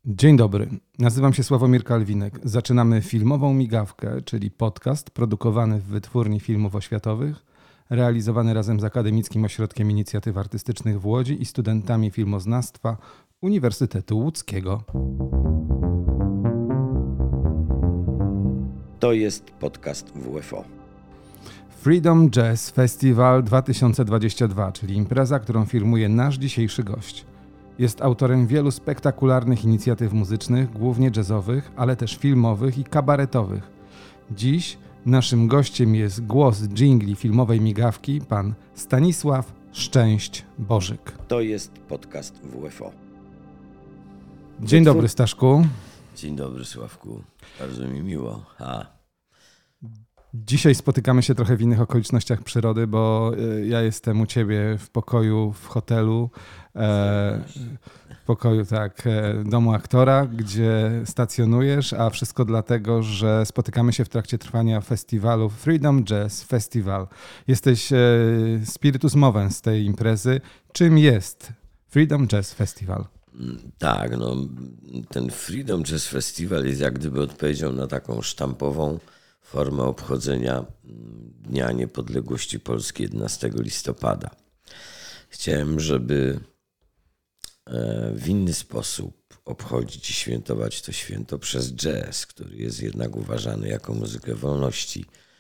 Dzień dobry, nazywam się Sławomir Kalwinek. Zaczynamy Filmową Migawkę, czyli podcast produkowany w Wytwórni Filmów Oświatowych, realizowany razem z Akademickim Ośrodkiem Inicjatyw Artystycznych w Łodzi i studentami filmoznawstwa Uniwersytetu Łódzkiego. To jest podcast WFO. Freedom Jazz Festival 2022, czyli impreza, którą firmuje nasz dzisiejszy gość. Jest autorem wielu spektakularnych inicjatyw muzycznych, głównie jazzowych, ale też filmowych i kabaretowych. Dziś naszym gościem jest głos dżingli filmowej migawki, pan Stanisław Szczęść-Bożyk. To jest podcast WFO. Dzień dobry, Staszku. Dzień dobry, Sławku. Bardzo mi miło. Dzisiaj spotykamy się trochę w innych okolicznościach przyrody, bo ja jestem u ciebie w pokoju w hotelu, domu aktora, gdzie stacjonujesz, a wszystko dlatego, że spotykamy się w trakcie trwania festiwalu Freedom Jazz Festival. Jesteś spiritus movens tej imprezy. Czym jest Freedom Jazz Festival? Tak, ten Freedom Jazz Festival jest jak gdyby odpowiedzią na taką sztampową formę obchodzenia Dnia Niepodległości Polski 11 listopada. Chciałem, żeby w inny sposób obchodzić i świętować to święto przez jazz, który jest jednak uważany jako muzykę wolności.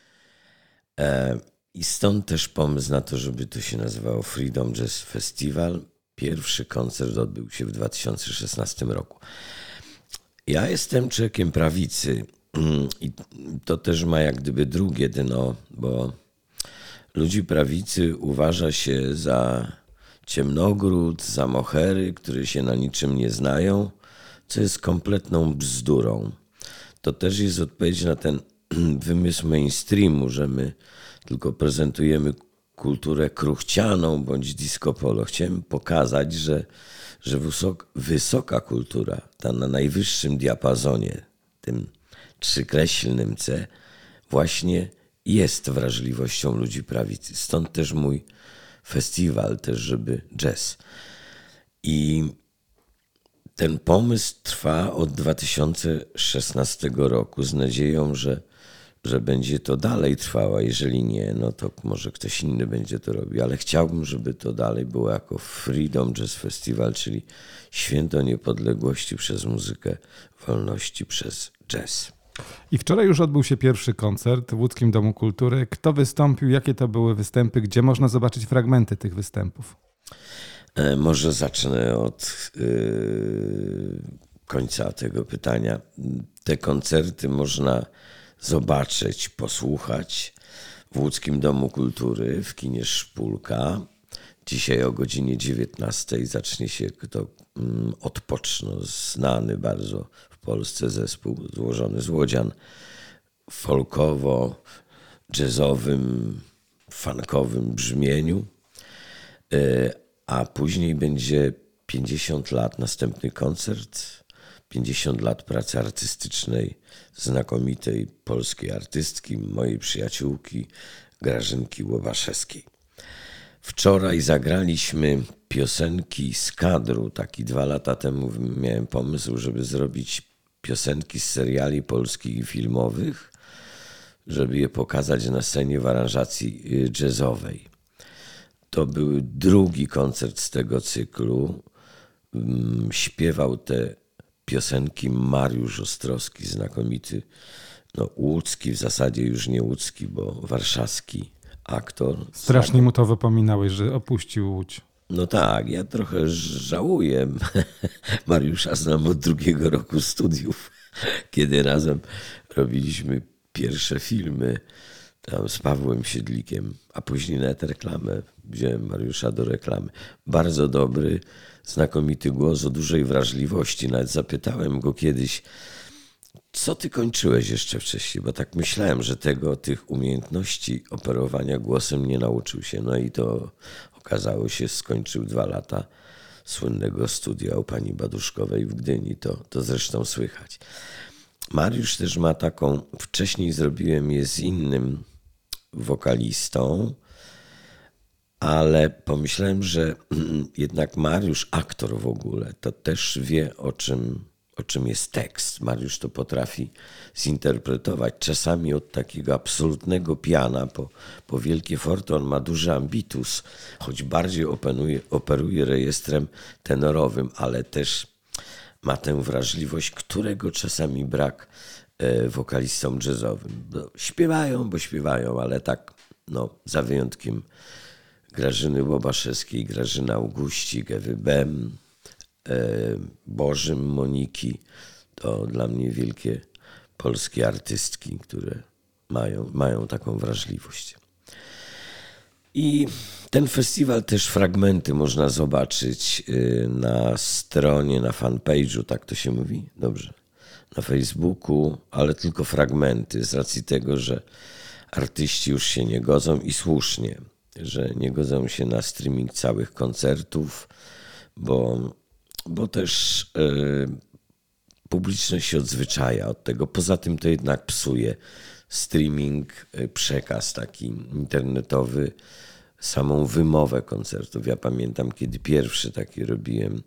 I stąd też pomysł na to, żeby to się nazywało Freedom Jazz Festival. Pierwszy koncert odbył się w 2016 roku. Ja jestem człowiekiem prawicy i to też ma jak gdyby drugie dno, bo ludzi prawicy uważa się za ciemnogród, za mohery, które się na niczym nie znają, co jest kompletną bzdurą. To też jest odpowiedź na ten wymysł mainstreamu, że my tylko prezentujemy kulturę kruchcianą bądź disco polo. Chciałem pokazać, że wysoka kultura, ta na najwyższym diapazonie, tym trzykreślnym C, właśnie jest wrażliwością ludzi prawicy. Stąd też mój festiwal, też żeby jazz. I ten pomysł trwa od 2016 roku z nadzieją, że będzie to dalej trwało. Jeżeli nie, no to może ktoś inny będzie to robił. Ale chciałbym, żeby to dalej było jako Freedom Jazz Festival, czyli święto niepodległości przez muzykę wolności, przez jazz. I wczoraj już odbył się pierwszy koncert w Łódzkim Domu Kultury. Kto wystąpił? Jakie to były występy? Gdzie można zobaczyć fragmenty tych występów? Może zacznę od końca tego pytania. Te koncerty można zobaczyć, posłuchać w Łódzkim Domu Kultury w kinie Szpulka. Dzisiaj o godzinie 19 zacznie się to Odpoczno, znany bardzo w Polsce zespół złożony z łodzian, folkowo-jazzowym, funkowym brzmieniu. A później będzie 50 lat, następny koncert, 50 lat pracy artystycznej znakomitej polskiej artystki, mojej przyjaciółki Grażynki Łobaszewskiej. Wczoraj zagraliśmy piosenki z kadru. 2 lata temu miałem pomysł, żeby zrobić piosenki z seriali polskich i filmowych, żeby je pokazać na scenie w aranżacji jazzowej. To był drugi koncert z tego cyklu. Śpiewał te piosenki Mariusz Ostrowski, znakomity, łódzki, w zasadzie już nie łódzki, bo warszawski aktor. Strasznie mu to wypominałeś, że opuścił Łódź. No tak, ja trochę żałuję. Mariusza znam od 2 roku studiów, kiedy razem robiliśmy pierwsze filmy tam z Pawłem Siedlikiem, a później nawet reklamę. Wziąłem Mariusza do reklamy. Bardzo dobry, znakomity głos o dużej wrażliwości. Nawet zapytałem go kiedyś, co ty kończyłeś jeszcze wcześniej? Bo tak myślałem, że tych umiejętności operowania głosem nie nauczył się. No i to okazało się, skończył 2 lata słynnego studia u pani Baduszkowej w Gdyni. To zresztą słychać. Mariusz też ma taką, wcześniej zrobiłem je z innym wokalistą, ale pomyślałem, że jednak Mariusz, aktor w ogóle, to też wie, o czym jest tekst. Mariusz to potrafi zinterpretować. Czasami od takiego absolutnego piana po wielkie forte. On ma duży ambitus, choć bardziej operuje rejestrem tenorowym, ale też ma tę wrażliwość, którego czasami brak wokalistom jazzowym. Bo śpiewają, ale tak za wyjątkiem Grażyny Łobaszewskiej, Grażyny Auguścik, Ewy Bem, Bożym, Moniki, to dla mnie wielkie polskie artystki, które mają taką wrażliwość. I ten festiwal też fragmenty można zobaczyć na stronie, na fanpage'u, tak to się mówi? Dobrze. Na Facebooku, ale tylko fragmenty z racji tego, że artyści już się nie godzą i słusznie, że nie godzą się na streaming całych koncertów, bo też publiczność się odzwyczaja od tego. Poza tym to jednak psuje streaming, przekaz taki internetowy, samą wymowę koncertów. Ja pamiętam, kiedy pierwszy taki robiłem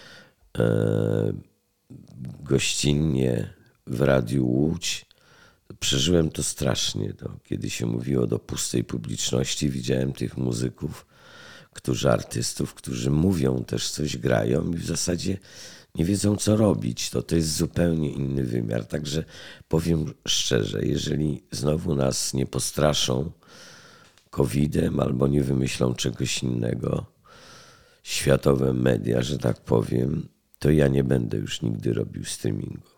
gościnnie w Radiu Łódź, przeżyłem to strasznie. Kiedy się mówiło do pustej publiczności, widziałem tych muzyków, artystów, którzy mówią też coś, grają i w zasadzie nie wiedzą, co robić. To jest zupełnie inny wymiar. Także powiem szczerze, jeżeli znowu nas nie postraszą COVID-em albo nie wymyślą czegoś innego, światowe media, że tak powiem, to ja nie będę już nigdy robił streamingu.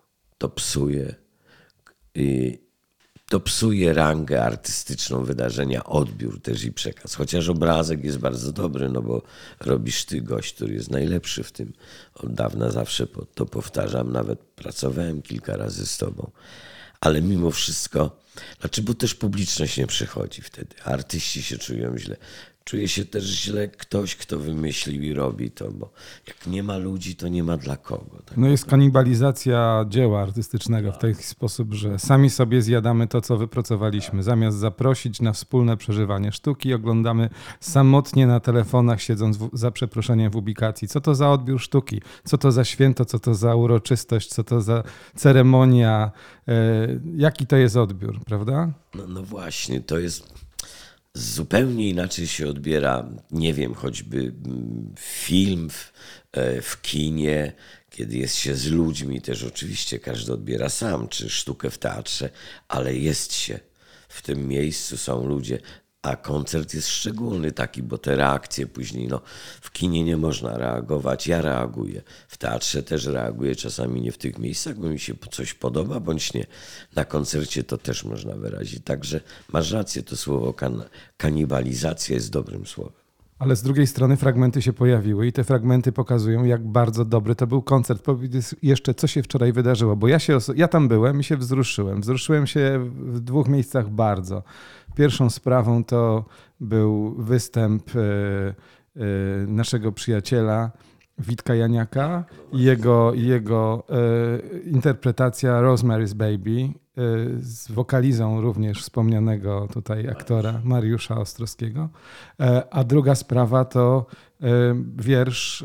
To psuje rangę artystyczną wydarzenia, odbiór też i przekaz. Chociaż obrazek jest bardzo dobry, bo robisz ty gość, który jest najlepszy w tym. Od dawna zawsze to powtarzam, nawet pracowałem kilka razy z tobą. Ale mimo wszystko, bo też publiczność nie przychodzi wtedy. Artyści się czują źle. Czuje się też źle ktoś, kto wymyślił i robi to, bo jak nie ma ludzi, to nie ma dla kogo. Tak? Jest kanibalizacja dzieła artystycznego w taki sposób, że sami sobie zjadamy to, co wypracowaliśmy. Zamiast zaprosić na wspólne przeżywanie sztuki, oglądamy samotnie na telefonach, siedząc za przeproszeniem w ubikacji. Co to za odbiór sztuki? Co to za święto? Co to za uroczystość? Co to za ceremonia? Jaki to jest odbiór, prawda? No właśnie, to jest... Zupełnie inaczej się odbiera, nie wiem, choćby film w kinie, kiedy jest się z ludźmi, też oczywiście każdy odbiera sam, czy sztukę w teatrze, ale jest się. W tym miejscu są ludzie, a koncert jest szczególny taki, bo te reakcje później, w kinie nie można reagować, ja reaguję. W teatrze też reaguję, czasami nie w tych miejscach, bo mi się coś podoba, bądź nie. Na koncercie to też można wyrazić. Także masz rację, to słowo kanibalizacja jest dobrym słowem. Ale z drugiej strony fragmenty się pojawiły i te fragmenty pokazują, jak bardzo dobry to był koncert. Powiedz jeszcze, co się wczoraj wydarzyło, bo ja tam byłem i się wzruszyłem. Wzruszyłem się w dwóch miejscach bardzo. Pierwszą sprawą to był występ naszego przyjaciela Witka Janiaka i jego interpretacja Rosemary's Baby z wokalizą również wspomnianego tutaj aktora Mariusza Ostrowskiego. A druga sprawa to wiersz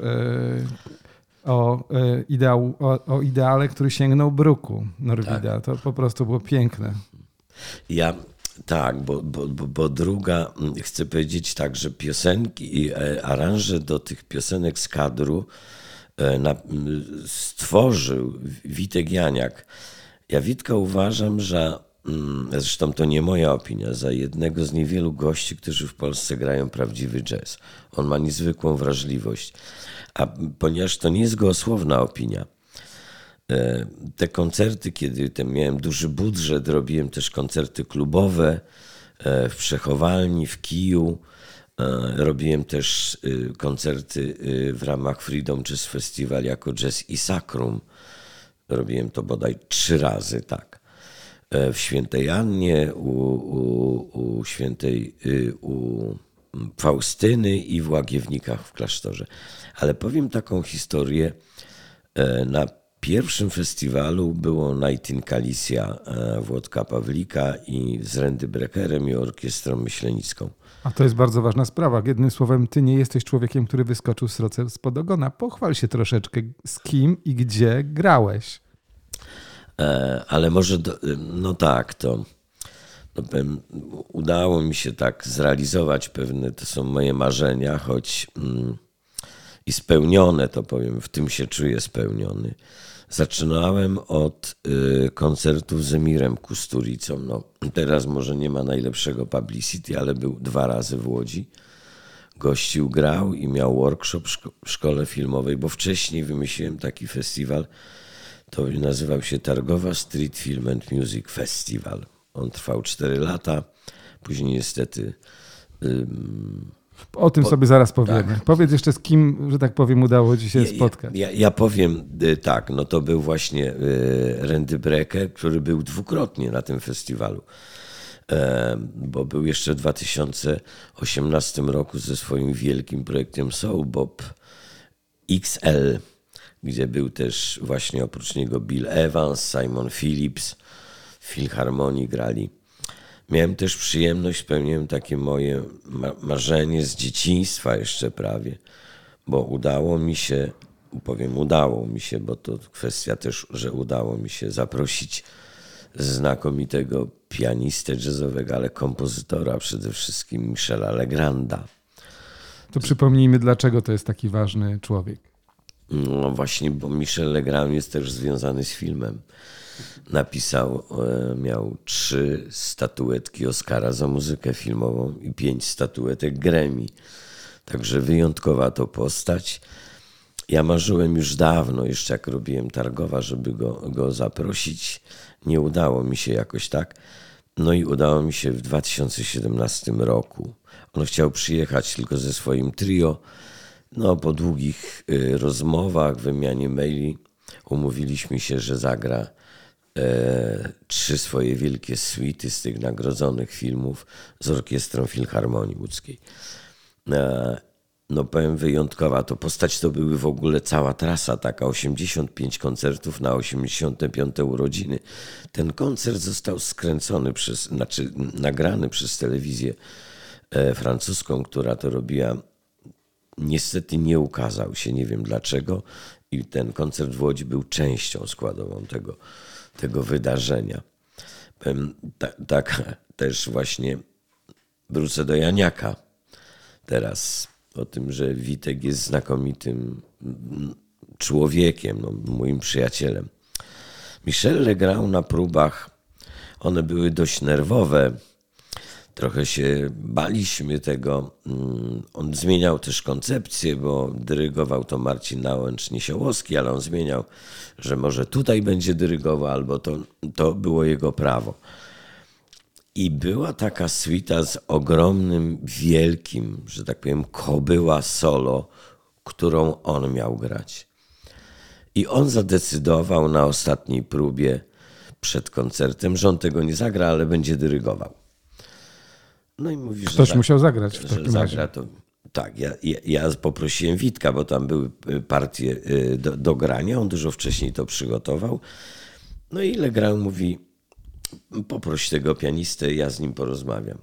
o ideale, który sięgnął bruku Norwida. Tak. To po prostu było piękne. Tak, bo druga, chcę powiedzieć tak, że piosenki i aranże do tych piosenek z kadru stworzył Witek Janiak. Ja Witka uważam, że, zresztą to nie moja opinia, za jednego z niewielu gości, którzy w Polsce grają prawdziwy jazz. On ma niezwykłą wrażliwość, a ponieważ to nie jest gołosłowna opinia, te koncerty, kiedy miałem duży budżet, robiłem też koncerty klubowe w Przechowalni, w Kiju. Robiłem też koncerty w ramach Freedom Jazz Festival jako Jazz i Sacrum. Robiłem to bodaj 3 razy, tak. W Świętej Annie, u Faustyny i w Łagiewnikach w klasztorze. Ale powiem taką historię na pierwszym festiwalu było Night in Galicia Włodka Pawlika i z Randy Breckerem i Orkiestrą Myślenicką. A to jest bardzo ważna sprawa. Jednym słowem, ty nie jesteś człowiekiem, który wyskoczył sroce spod ogona. Pochwal się troszeczkę, z kim i gdzie grałeś. Ale może, no tak, to udało mi się tak zrealizować pewne, to są moje marzenia, choć i spełnione, to powiem, w tym się czuję spełniony. Zaczynałem od koncertów z Emirem Kusturicą. No, teraz może nie ma najlepszego publicity, ale był 2 razy w Łodzi. Gościł, grał i miał workshop w szkole filmowej, bo wcześniej wymyśliłem taki festiwal, to nazywał się Targowa Street Film and Music Festival. On trwał 4 lata, później niestety... O tym sobie zaraz powiemy. Tak. Powiedz jeszcze, z kim, że tak powiem, udało ci się spotkać. Ja powiem tak, no to był właśnie Randy Brecker, który był 2-krotnie na tym festiwalu. Bo był jeszcze w 2018 roku ze swoim wielkim projektem Soul Bob XL, gdzie był też właśnie oprócz niego Bill Evans, Simon Phillips, w Filharmonii grali. Miałem też przyjemność, spełniłem takie moje marzenie z dzieciństwa jeszcze prawie, bo udało mi się, bo to kwestia też, że udało mi się zaprosić znakomitego pianistę jazzowego, ale kompozytora przede wszystkim, Michela Legranda. To przypomnijmy, dlaczego to jest taki ważny człowiek. No właśnie, bo Michel Legrand jest też związany z filmem. Miał 3 statuetki Oscara za muzykę filmową i 5 statuetek Grammy. Także wyjątkowa to postać. Ja marzyłem już dawno, jeszcze jak robiłem Targowa, żeby go zaprosić. Nie udało mi się jakoś tak. No i udało mi się w 2017 roku. On chciał przyjechać tylko ze swoim trio. No, po długich rozmowach, wymianie maili umówiliśmy się, że zagra 3 swoje wielkie suity z tych nagrodzonych filmów z Orkiestrą Filharmonii Łódzkiej. No powiem, wyjątkowa to postać, to były w ogóle cała trasa, taka 85 koncertów na 85 urodziny. Ten koncert został nagrany przez telewizję francuską, która to robiła. Niestety nie ukazał się, nie wiem dlaczego, i ten koncert w Łodzi był częścią składową tego wydarzenia. Tak też właśnie wrócę do Janiaka teraz, o tym, że Witek jest znakomitym człowiekiem, no, moim przyjacielem. Michel Legrand na próbach, one były dość nerwowe, trochę się baliśmy tego. On zmieniał też koncepcję, bo dyrygował to Marcin Nałęcz-Niesiołowski, ale on zmieniał, że może tutaj będzie dyrygował, albo to było jego prawo. I była taka suita z ogromnym, wielkim, że tak powiem, kobyła solo, którą on miał grać. I on zadecydował na ostatniej próbie przed koncertem, że on tego nie zagra, ale będzie dyrygował. No i mówi, ktoś musiał zagrać w takim razie. To, tak, ja poprosiłem Witka, bo tam były partie do grania, on dużo wcześniej to przygotował. No i Legrand mówi, poproś tego pianistę, ja z nim porozmawiam.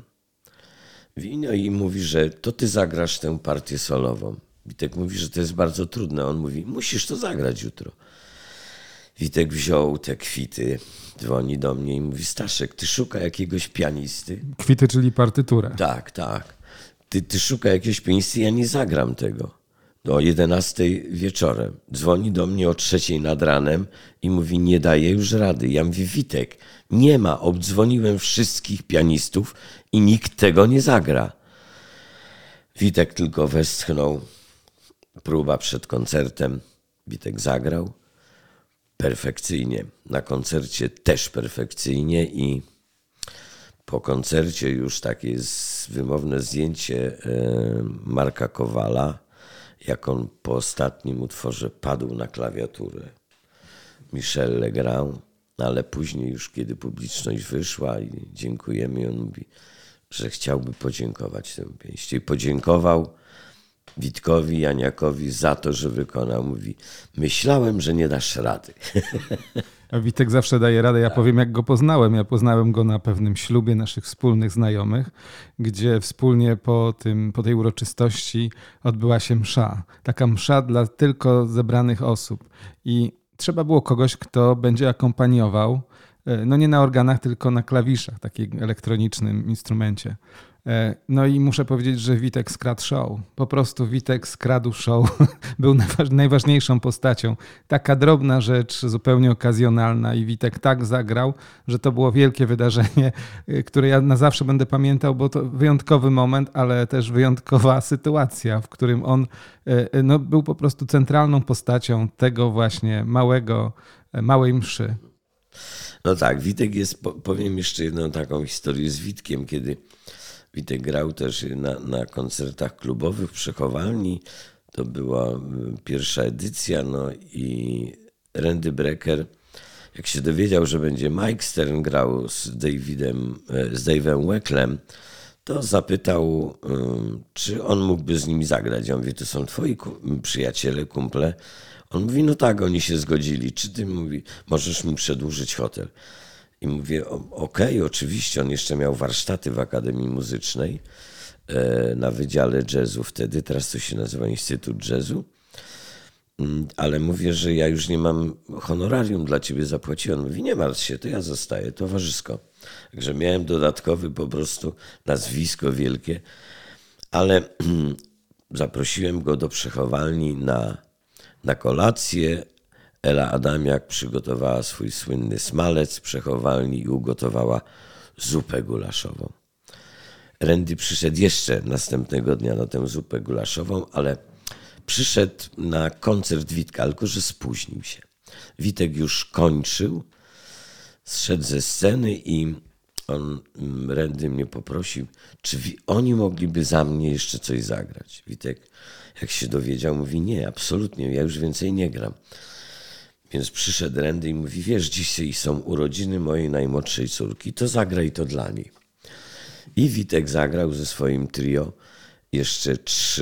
No i mówi, że to ty zagrasz tę partię solową. Witek mówi, że to jest bardzo trudne. On mówi, musisz to zagrać jutro. Witek wziął te kwity, dzwoni do mnie i mówi, Staszek, ty szukaj jakiegoś pianisty. Kwity, czyli partyturę. Tak. Ty szukaj jakiegoś pianisty, ja nie zagram tego. O 11 wieczorem. Dzwoni do mnie o 3 nad ranem i mówi, nie daję już rady. Ja mówię, Witek, nie ma, obdzwoniłem wszystkich pianistów i nikt tego nie zagra. Witek tylko westchnął. Próba przed koncertem. Witek zagrał. Perfekcyjnie. Na koncercie też perfekcyjnie i po koncercie już takie jest wymowne zdjęcie Marka Kowala, jak on po ostatnim utworze padł na klawiaturę. Michel Legrand, ale później już kiedy publiczność wyszła i dziękujemy, on mówi, że chciałby podziękować temu pianiście. I podziękował, Witkowi Janiakowi za to, że wykonał. Mówi, myślałem, że nie dasz rady. A Witek zawsze daje radę. Ja powiem, jak go poznałem. Ja poznałem go na pewnym ślubie naszych wspólnych znajomych, gdzie wspólnie po tej uroczystości odbyła się msza. Taka msza dla tylko zebranych osób. I trzeba było kogoś, kto będzie akompaniował, no nie na organach, tylko na klawiszach, takim elektronicznym instrumencie. No i muszę powiedzieć, że Witek skradł show. Po prostu Witek skradł show. Był najważniejszą postacią. Taka drobna rzecz, zupełnie okazjonalna i Witek tak zagrał, że to było wielkie wydarzenie, które ja na zawsze będę pamiętał, bo to wyjątkowy moment, ale też wyjątkowa sytuacja, w którym on no, był po prostu centralną postacią tego właśnie małej mszy. No tak, Witek jest, powiem jeszcze jedną taką historię z Witkiem, kiedy Witek grał też na koncertach klubowych w Przechowalni. To była pierwsza edycja, no i Randy Brecker, jak się dowiedział, że będzie Mike Stern grał z Dave'em Wecklem, to zapytał, czy on mógłby z nimi zagrać. Ja mówię, to są twoi przyjaciele, kumple. On mówi, no tak, oni się zgodzili. Czy ty, mówi, możesz mi przedłużyć hotel? I mówię, okej, oczywiście. On jeszcze miał warsztaty w Akademii Muzycznej na Wydziale Jazzu wtedy. Teraz to się nazywa Instytut Jazzu. Ale mówię, że ja już nie mam honorarium dla ciebie zapłaciłem. On mówi, nie martw się, to ja zostaję, towarzysko. Także miałem dodatkowy po prostu nazwisko wielkie. Ale zaprosiłem go do Przechowalni na kolację. Ela Adamiak przygotowała swój słynny smalec w Przechowalni i ugotowała zupę gulaszową. Randy przyszedł jeszcze następnego dnia na tę zupę gulaszową, ale przyszedł na koncert Witka, tylko że spóźnił się. Witek już kończył, zszedł ze sceny i Randy mnie poprosił, czy oni mogliby za mnie jeszcze coś zagrać. Witek, jak się dowiedział, mówi, nie, absolutnie, ja już więcej nie gram. Więc przyszedł Randy i mówi, wiesz, dzisiaj są urodziny mojej najmłodszej córki, to zagraj to dla niej. I Witek zagrał ze swoim trio jeszcze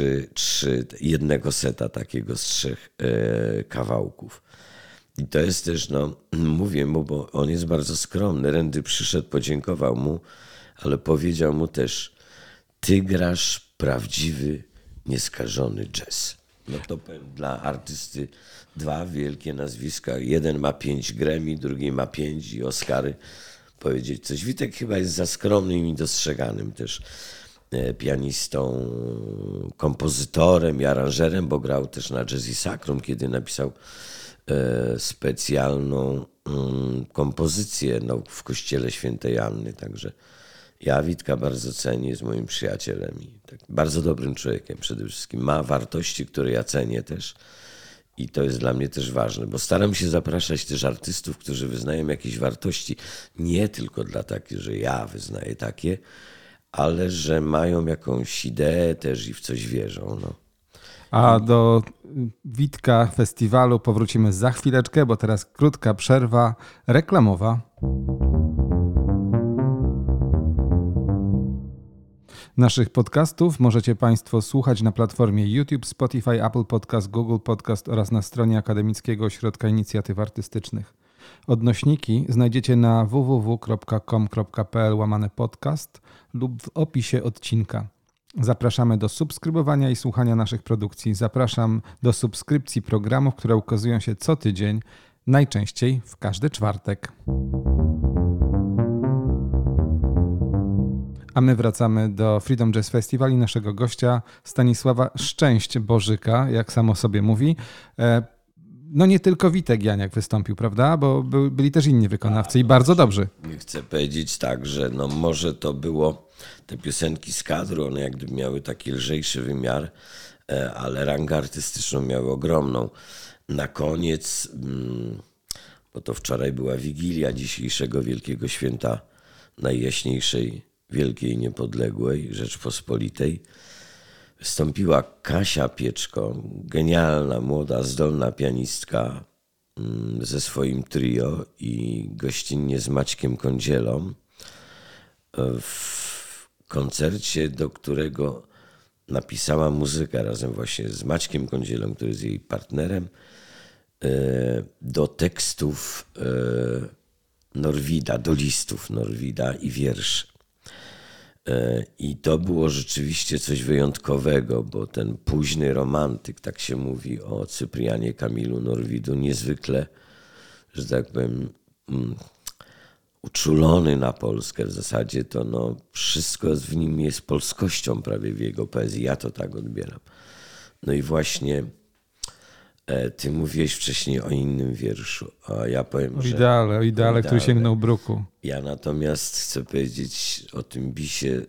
jednego seta takiego z 3 kawałków. I to jest też, no mówię mu, bo on jest bardzo skromny. Randy przyszedł, podziękował mu, ale powiedział mu też, ty grasz prawdziwy, nieskażony jazz. No to dla artysty 2 wielkie nazwiska. Jeden ma 5 Grammy, drugi ma 5 i Oscary. Powiedzieć coś. Witek chyba jest za skromnym i dostrzeganym też pianistą, kompozytorem i aranżerem, bo grał też na Jazzy Sacrum, kiedy napisał specjalną kompozycję w kościele Świętej Anny. Także ja Witka bardzo cenię, jest moim przyjacielem i tak bardzo dobrym człowiekiem przede wszystkim. Ma wartości, które ja cenię też i to jest dla mnie też ważne, bo staram się zapraszać też artystów, którzy wyznają jakieś wartości, nie tylko dla takich, że ja wyznaję takie, ale że mają jakąś ideę też i w coś wierzą. No. A do Witka Festiwalu powrócimy za chwileczkę, bo teraz krótka przerwa reklamowa. Naszych podcastów możecie Państwo słuchać na platformie YouTube, Spotify, Apple Podcast, Google Podcast oraz na stronie Akademickiego Ośrodka Inicjatyw Artystycznych. Odnośniki znajdziecie na www.com.pl/podcast lub w opisie odcinka. Zapraszamy do subskrybowania i słuchania naszych produkcji. Zapraszam do subskrypcji programów, które ukazują się co tydzień, najczęściej w każdy czwartek. A my wracamy do Freedom Jazz Festival i naszego gościa Stanisława Szczęść Bożyka, jak samo sobie mówi. No nie tylko Witek Janiak wystąpił, prawda? Bo byli też inni wykonawcy i bardzo dobrzy. Chcę powiedzieć tak, że no może to było te piosenki z kadru, one jak gdyby miały taki lżejszy wymiar, ale rangę artystyczną miały ogromną. Na koniec, bo to wczoraj była Wigilia dzisiejszego wielkiego święta Najjaśniejszej Wielkiej Niepodległej Rzeczpospolitej, wystąpiła Kasia Pieczko, genialna, młoda, zdolna pianistka ze swoim trio i gościnnie z Maćkiem Kądzielą w koncercie, do którego napisała muzykę razem właśnie z Maćkiem Kądzielą, który jest jej partnerem, do tekstów Norwida, do listów Norwida i wierszy. I to było rzeczywiście coś wyjątkowego, bo ten późny romantyk, tak się mówi o Cyprianie Kamilu Norwidu, niezwykle, że tak powiem, uczulony na Polskę. W zasadzie to wszystko w nim jest polskością prawie w jego poezji. Ja to tak odbieram. No i właśnie ty mówiłeś wcześniej o innym wierszu, a ja powiem, o ideale, który sięgnął bruku. Ja natomiast chcę powiedzieć o tym bisie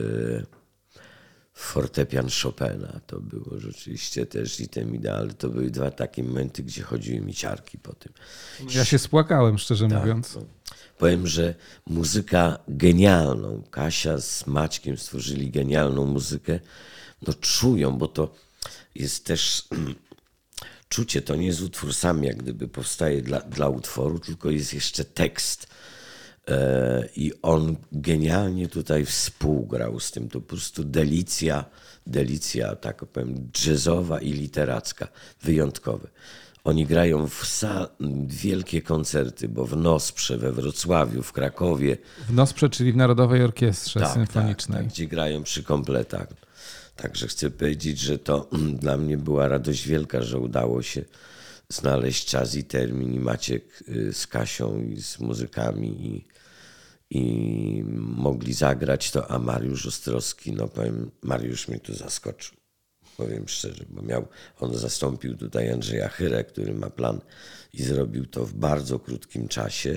fortepian Chopina. To było rzeczywiście też i ten ideal. To były dwa takie momenty, gdzie chodziły mi ciarki po tym. Ja się spłakałem, szczerze mówiąc. No. Powiem, że muzyka genialną. Kasia z Maćkiem stworzyli genialną muzykę. No czują, bo to jest też czucie. To nie jest utwór sam, jak gdyby powstaje dla utworu, tylko jest jeszcze tekst. I on genialnie tutaj współgrał z tym. To po prostu delicja, tak powiem, jazzowa i literacka. Wyjątkowe. Oni grają wielkie koncerty, bo w Nosprze, we Wrocławiu, w Krakowie. W Nosprze, czyli w Narodowej Orkiestrze Symfonicznej. Tak, gdzie grają przy kompletach. Także chcę powiedzieć, że to dla mnie była radość wielka, że udało się znaleźć czas i termin i Maciek z Kasią i z muzykami i mogli zagrać to, a Mariusz Ostrowski, Mariusz mnie tu zaskoczył. Powiem szczerze, bo on zastąpił tutaj Andrzeja Chyrę, który ma plan i zrobił to w bardzo krótkim czasie.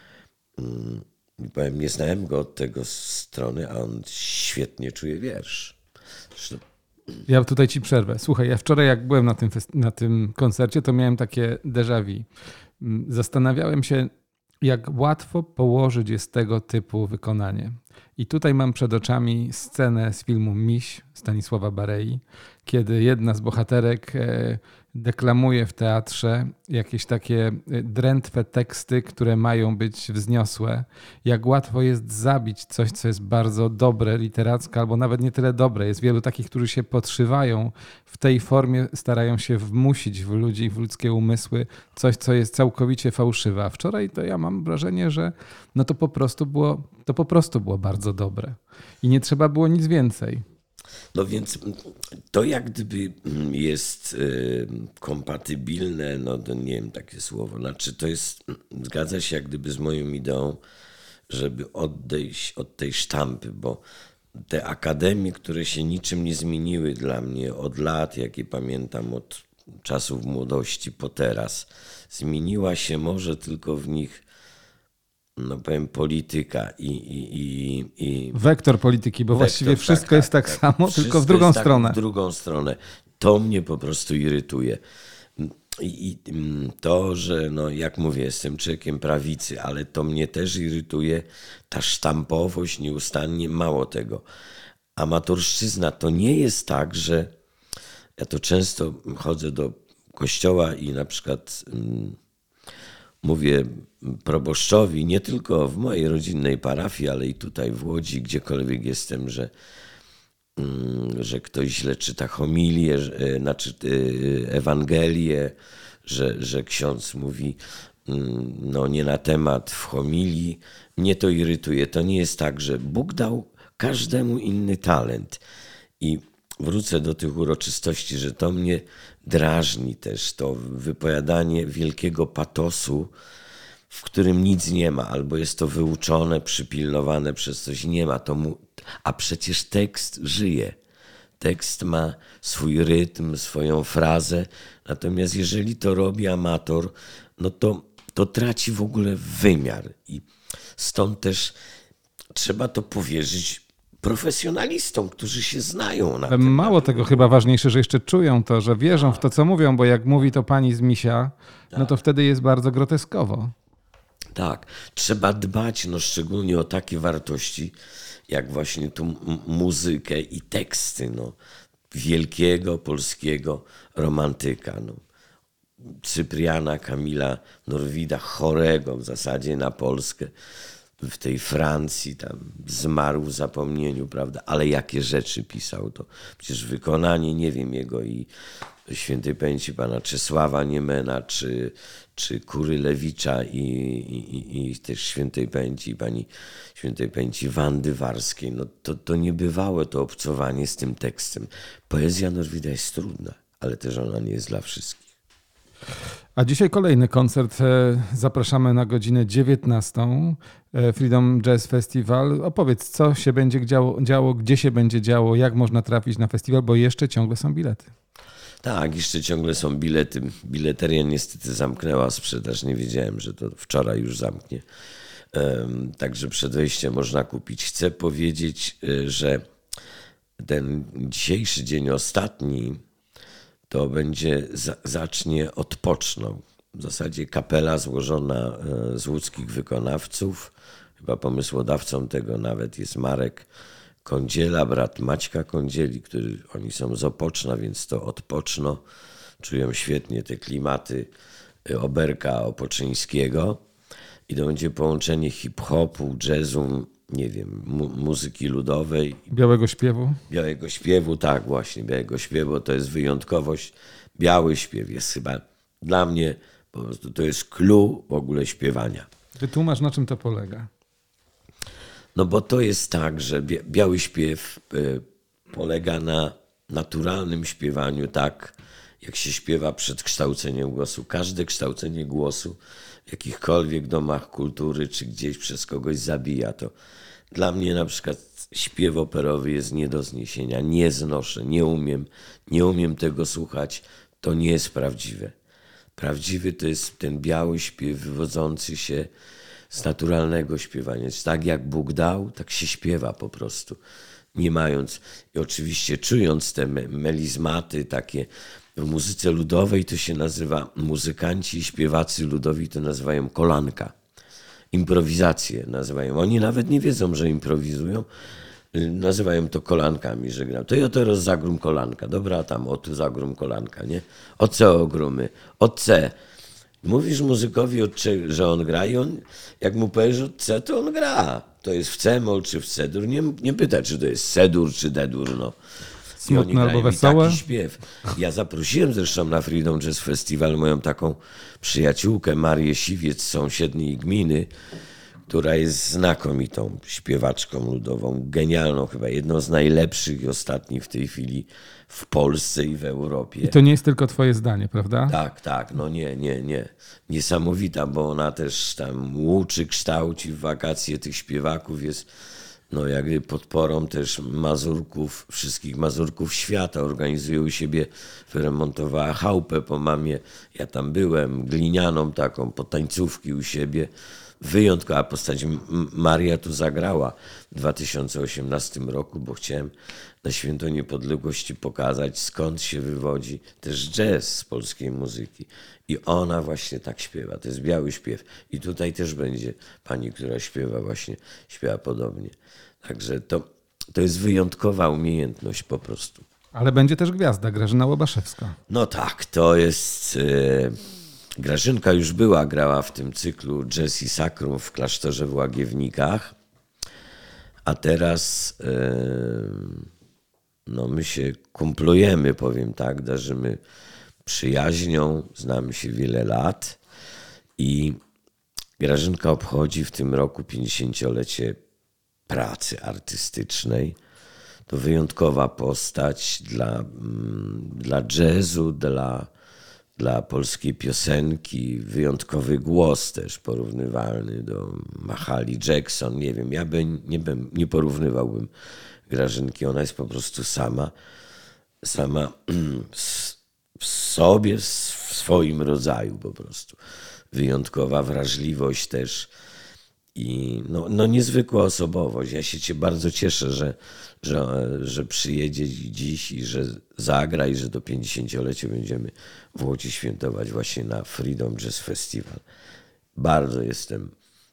I powiem, nie znałem go od tego strony, a on świetnie czuje wiersz. Zresztą... Ja tutaj ci przerwę. Słuchaj, ja wczoraj jak byłem na tym koncercie, to miałem takie déjà vu. Zastanawiałem się, jak łatwo położyć jest tego typu wykonanie. I tutaj mam przed oczami scenę z filmu Miś Stanisława Barei, kiedy jedna z bohaterek deklamuje w teatrze jakieś takie drętwe teksty, które mają być wzniosłe. Jak łatwo jest zabić coś, co jest bardzo dobre, literackie, albo nawet nie tyle dobre. Jest wielu takich, którzy się podszywają w tej formie, starają się wmusić w ludzi, w ludzkie umysły coś, co jest całkowicie fałszywe. A wczoraj to ja mam wrażenie, że to po prostu było bardzo dobre. I nie trzeba było nic więcej. No więc to jak gdyby jest kompatybilne, to nie wiem takie słowo, znaczy to jest, zgadza się jak gdyby z moją ideą, żeby odejść od tej sztampy, bo te akademie, które się niczym nie zmieniły dla mnie od lat, jakie pamiętam od czasów młodości po teraz, zmieniła się może tylko w nich powiem polityka i wektor polityki, bo właściwie wszystko jest tak samo, tylko w drugą stronę. W drugą stronę. To mnie po prostu irytuje. I to, że jak mówię, jestem człowiekiem prawicy, ale to mnie też irytuje ta sztampowość nieustannie, mało tego. Amatorszczyzna to nie jest tak, że ja to często chodzę do kościoła i na przykład mówię proboszczowi, nie tylko w mojej rodzinnej parafii, ale i tutaj w Łodzi, gdziekolwiek jestem, że ktoś źle czyta homilię, znaczy Ewangelię, że ksiądz mówi nie na temat w homilii. Mnie to irytuje. To nie jest tak, że Bóg dał każdemu inny talent. I wrócę do tych uroczystości, że to mnie drażni też, to wypowiadanie wielkiego patosu, w którym nic nie ma, albo jest to wyuczone, przypilnowane przez coś, nie ma. A przecież tekst żyje. Tekst ma swój rytm, swoją frazę, natomiast jeżeli to robi amator, to traci w ogóle wymiar. I stąd też trzeba to powierzyć profesjonalistom, którzy się znają na tym. Mało tego, chyba ważniejsze, że jeszcze czują to, że wierzą w to, co mówią, bo jak mówi to pani z Misia, to wtedy jest bardzo groteskowo. Tak, trzeba dbać szczególnie o takie wartości, jak właśnie tu muzykę i teksty wielkiego polskiego romantyka. Cypriana Kamila Norwida, chorego w zasadzie na Polskę. w tej Francji, tam zmarł w zapomnieniu, prawda? Ale jakie rzeczy pisał, to przecież wykonanie, nie wiem, jego i świętej pamięci pana Czesława Niemena, czy Kurylewicza i też świętej pamięci pani świętej pamięci Wandy Warskiej. No to niebywałe to obcowanie z tym tekstem. Poezja Norwida jest trudna, ale też ona nie jest dla wszystkich. A dzisiaj kolejny koncert. Zapraszamy na godzinę 19. Freedom Jazz Festival. Opowiedz, co się będzie działo, gdzie się będzie działo, jak można trafić na festiwal, bo jeszcze ciągle są bilety. Tak, jeszcze ciągle są bilety. Bileteria niestety zamknęła sprzedaż. Nie wiedziałem, że to wczoraj już zamknie. Także przed wejściem można kupić. Chcę powiedzieć, że ten dzisiejszy dzień ostatni to będzie, zacznie od Poczną. W zasadzie kapela złożona z łódzkich wykonawców. Chyba pomysłodawcą tego nawet jest Marek Kądziela, brat Maćka Kądzieli, oni są z Opoczna, więc to od Poczno. Czują świetnie te klimaty Oberka Opoczyńskiego. I to będzie połączenie hip-hopu, jazzu, nie wiem, muzyki ludowej. Białego śpiewu? Białego śpiewu, tak właśnie, białego śpiewu. To jest wyjątkowość. Biały śpiew jest chyba dla mnie, po prostu to jest clue w ogóle śpiewania. Wytłumacz, na czym to polega. No bo to jest tak, że biały śpiew polega na naturalnym śpiewaniu, tak jak się śpiewa przed kształceniem głosu. Każde kształcenie głosu w jakichkolwiek domach kultury czy gdzieś przez kogoś zabija to. Dla mnie na przykład śpiew operowy jest nie do zniesienia. Nie znoszę, nie umiem tego słuchać. To nie jest prawdziwe. Prawdziwy to jest ten biały śpiew wywodzący się z naturalnego śpiewania. Tak jak Bóg dał, tak się śpiewa po prostu. Nie mając i oczywiście czując te melizmaty takie. W muzyce ludowej to się nazywa, muzykanci i śpiewacy ludowi to nazywają kolanka. Improwizację nazywają. Oni nawet nie wiedzą, że improwizują. Nazywają to kolankami, że gram. To ja teraz zagrum kolanka. Dobra, tam o tu zagrum kolanka, nie? O C ogrumy, o C. Mówisz muzykowi, że on gra i on, jak mu powiesz od C, to on gra. To jest w C-moll czy w C-dur. Nie pyta, czy to jest C-dur czy D-dur, no. Smutne albo wesołe? Taki śpiew. Ja zaprosiłem zresztą na Freedom Jazz Festival moją taką przyjaciółkę Marię Siwiec z sąsiedniej gminy, która jest znakomitą śpiewaczką ludową, genialną, chyba jedną z najlepszych i ostatnich w tej chwili w Polsce i w Europie. I to nie jest tylko twoje zdanie, prawda? Tak, no nie. Niesamowita, bo ona też tam łuczy, kształci w wakacje tych śpiewaków, jest no jakby podporą też Mazurków, wszystkich Mazurków świata. Organizuje u siebie, wyremontowała chałupę po mamie. Ja tam byłem, glinianą taką, po tańcówki u siebie. Wyjątkowa postać. Maria tu zagrała w 2018 roku, bo chciałem na Święto Niepodległości pokazać, skąd się wywodzi też jazz z polskiej muzyki. I ona właśnie tak śpiewa. To jest biały śpiew. I tutaj też będzie pani, która śpiewa podobnie. Także to jest wyjątkowa umiejętność po prostu. Ale będzie też gwiazda, Grażyna Łobaszewska. No tak, to jest... Grażynka już grała w tym cyklu Jazz i Sakrum w klasztorze w Łagiewnikach, a teraz no my się kumplujemy, powiem tak, darzymy przyjaźnią, znamy się wiele lat i Grażynka obchodzi w tym roku 50-lecie pracy artystycznej. To wyjątkowa postać dla jazzu, dla polskiej piosenki, wyjątkowy głos też porównywalny do Mahalia Jackson. Nie wiem, ja nie porównywałbym Grażynki. Ona jest po prostu sama w sobie, w swoim rodzaju po prostu. Wyjątkowa wrażliwość też i no niezwykła osobowość. Ja się bardzo cieszę, że przyjedzie dziś i że zagra i że do 50-lecia będziemy w Łodzi świętować właśnie na Freedom Jazz Festival. Bardzo jestem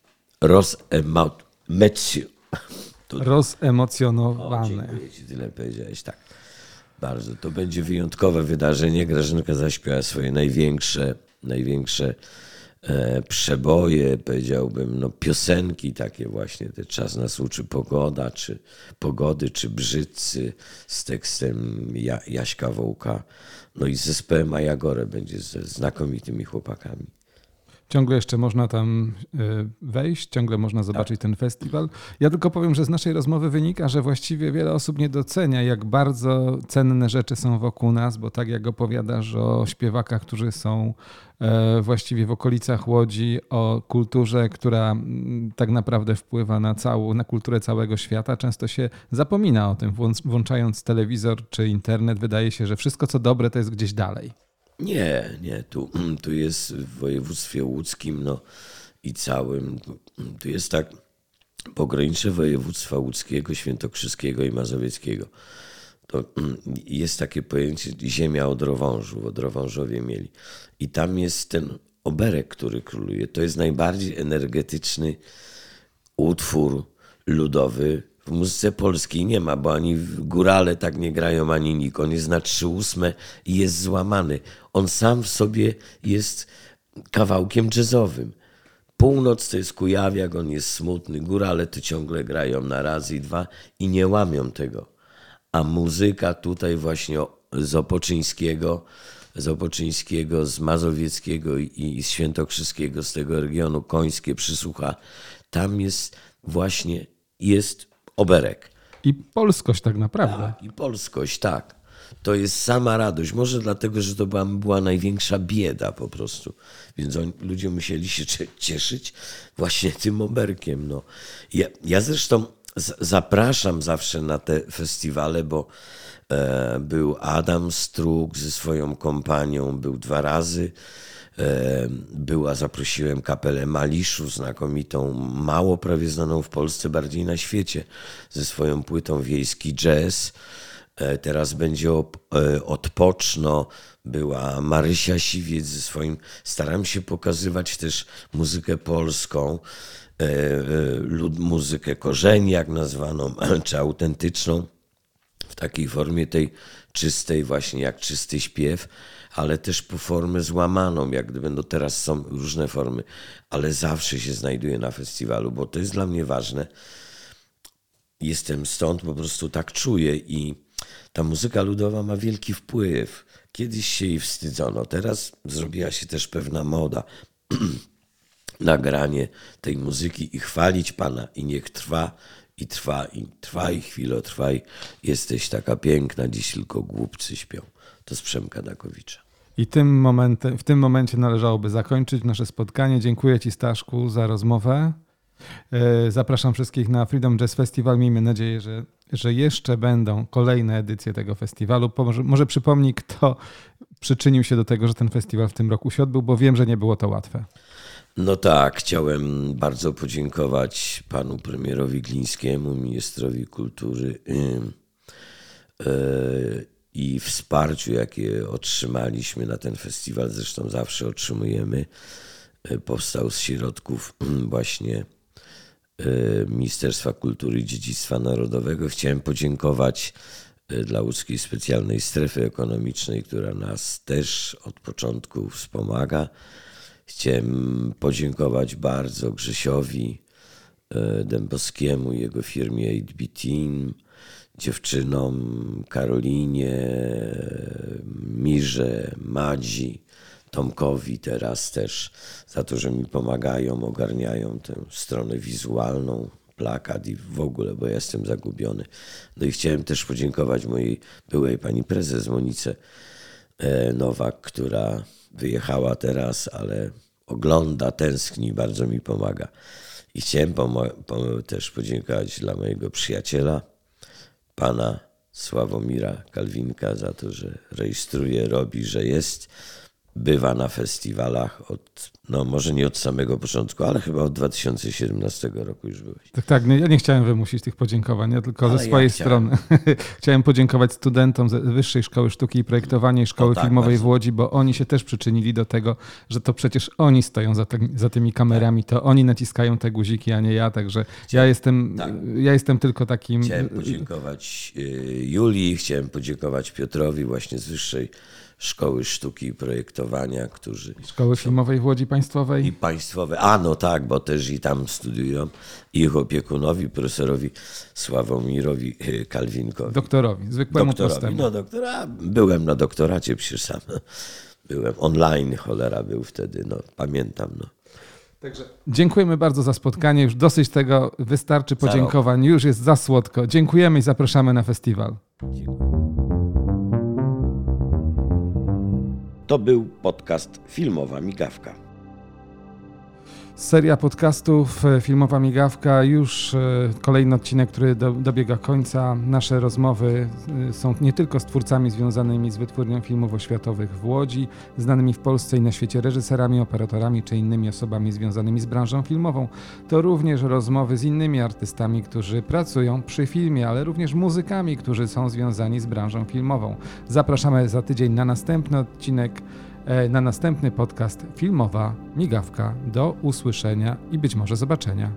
rozemocjonowany. Dziękuję ci, tyle powiedziałeś, tak. Bardzo. To będzie wyjątkowe wydarzenie. Grażynka zaśpiewa swoje największe przeboje, powiedziałbym, no piosenki takie właśnie, te Czas nas uczy pogoda, czy pogody, czy Brzydcy z tekstem Jaśka Wołka. No i z zespołem Majagorę będzie ze znakomitymi chłopakami. Ciągle jeszcze można tam wejść, ciągle można zobaczyć ten festiwal. Ja tylko powiem, że z naszej rozmowy wynika, że właściwie wiele osób nie docenia, jak bardzo cenne rzeczy są wokół nas, bo tak jak opowiadasz o śpiewakach, którzy są właściwie w okolicach Łodzi, o kulturze, która tak naprawdę wpływa na kulturę całego świata, często się zapomina o tym, włączając telewizor czy internet. Wydaje się, że wszystko co dobre to jest gdzieś dalej. Nie, tu jest w województwie łódzkim no, i całym, tu jest tak pogranicze województwa łódzkiego, świętokrzyskiego i mazowieckiego. To jest takie pojęcie ziemia Odrowążu, w Odrowążowie mieli. I tam jest ten oberek, który króluje. To jest najbardziej energetyczny utwór ludowy. W muzyce polskiej nie ma, bo ani górale tak nie grają, ani nikt. On jest na 3/8 i jest złamany. On sam w sobie jest kawałkiem jazzowym. Północ to jest Kujawiak, on jest smutny. Górale to ciągle grają na raz i dwa i nie łamią tego. A muzyka tutaj właśnie z Opoczyńskiego, z Mazowieckiego i z Świętokrzyskiego, z tego regionu, Końskie, Przysłucha, tam jest właśnie oberek. I polskość tak naprawdę. Tak, i polskość, tak. To jest sama radość. Może dlatego, że to była największa bieda po prostu. Więc ludzie musieli się cieszyć właśnie tym oberkiem. No. Ja zresztą zapraszam zawsze na te festiwale, bo był Adam Struk ze swoją kompanią, był 2 razy. Zaprosiłem kapelę Maliszu, znakomitą, mało prawie znaną w Polsce, bardziej na świecie, ze swoją płytą Wiejski Jazz. Teraz będzie Odpoczno, była Marysia Siwiec ze swoim, staram się pokazywać też muzykę polską, muzykę korzeniak nazwaną, czy autentyczną, w takiej formie tej czystej, właśnie jak czysty śpiew, ale też po formę złamaną, jak gdyby, no teraz są różne formy, ale zawsze się znajduje na festiwalu, bo to jest dla mnie ważne. Jestem stąd, po prostu tak czuję i ta muzyka ludowa ma wielki wpływ. Kiedyś się jej wstydzono, teraz zrobiła się też pewna moda. Nagranie tej muzyki i chwalić Pana i niech trwa i trwa i trwa i chwilę trwa i jesteś taka piękna, dziś tylko głupcy śpią. To z Przemka Dakowicza. I w tym momencie należałoby zakończyć nasze spotkanie. Dziękuję Ci, Staszku, za rozmowę. Zapraszam wszystkich na Freedom Jazz Festival. Miejmy nadzieję, że jeszcze będą kolejne edycje tego festiwalu. Może przypomnij, kto przyczynił się do tego, że ten festiwal w tym roku się odbył, bo wiem, że nie było to łatwe. No tak, chciałem bardzo podziękować panu premierowi Glińskiemu, ministrowi kultury i wsparciu, jakie otrzymaliśmy na ten festiwal. Zresztą zawsze otrzymujemy. Powstał z środków właśnie Ministerstwa Kultury i Dziedzictwa Narodowego. Chciałem podziękować dla Łódzkiej Specjalnej Strefy Ekonomicznej, która nas też od początku wspomaga. Chciałem podziękować bardzo Grzesiowi Dębowskiemu, jego firmie 8B Team, dziewczynom Karolinie, Mirze, Madzi, Tomkowi teraz też za to, że mi pomagają, ogarniają tę stronę wizualną, plakat i w ogóle, bo ja jestem zagubiony. No i chciałem też podziękować mojej byłej pani prezes Monice Nowak, która wyjechała teraz, ale ogląda, tęskni, bardzo mi pomaga. I chciałem też podziękować dla mojego przyjaciela, pana Sławomira Kalwinka, za to, że rejestruje, robi, że jest, bywa na festiwalach może nie od samego początku, ale chyba od 2017 roku już byłeś. Tak, ja nie chciałem wymusić tych podziękowań, ja tylko ze swojej strony. Chciałem podziękować studentom z Wyższej Szkoły Sztuki i Projektowania i Szkoły Filmowej w Łodzi, bo oni się też przyczynili do tego, że to przecież oni stoją za tymi kamerami, to oni naciskają te guziki, a nie ja, także ja jestem tylko takim... Chciałem podziękować Julii, chciałem podziękować Piotrowi właśnie z Wyższej Szkoły Sztuki i Projektowania, którzy... Szkoły Filmowej w Łodzi Państwowej. I państwowe. No tak, bo też i tam studiują. Ich opiekunowi, profesorowi Sławomirowi Kalwinkowi. Doktorowi, zwykłemu prostemu. No doktora, byłem na doktoracie, przecież sam byłem online, cholera był wtedy, pamiętam. Także dziękujemy bardzo za spotkanie. Już dosyć tego, wystarczy podziękowań. Już jest za słodko. Dziękujemy i zapraszamy na festiwal. To był podcast Filmowa Migawka. Seria podcastów Filmowa Migawka, już kolejny odcinek, który dobiega końca. Nasze rozmowy są nie tylko z twórcami związanymi z wytwórnią filmów oświatowych w Łodzi, znanymi w Polsce i na świecie reżyserami, operatorami czy innymi osobami związanymi z branżą filmową. To również rozmowy z innymi artystami, którzy pracują przy filmie, ale również muzykami, którzy są związani z branżą filmową. Zapraszamy za tydzień na następny odcinek, na następny podcast Filmowa Migawka. Do usłyszenia i być może zobaczenia.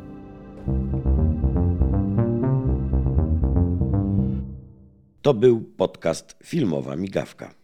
To był podcast Filmowa Migawka.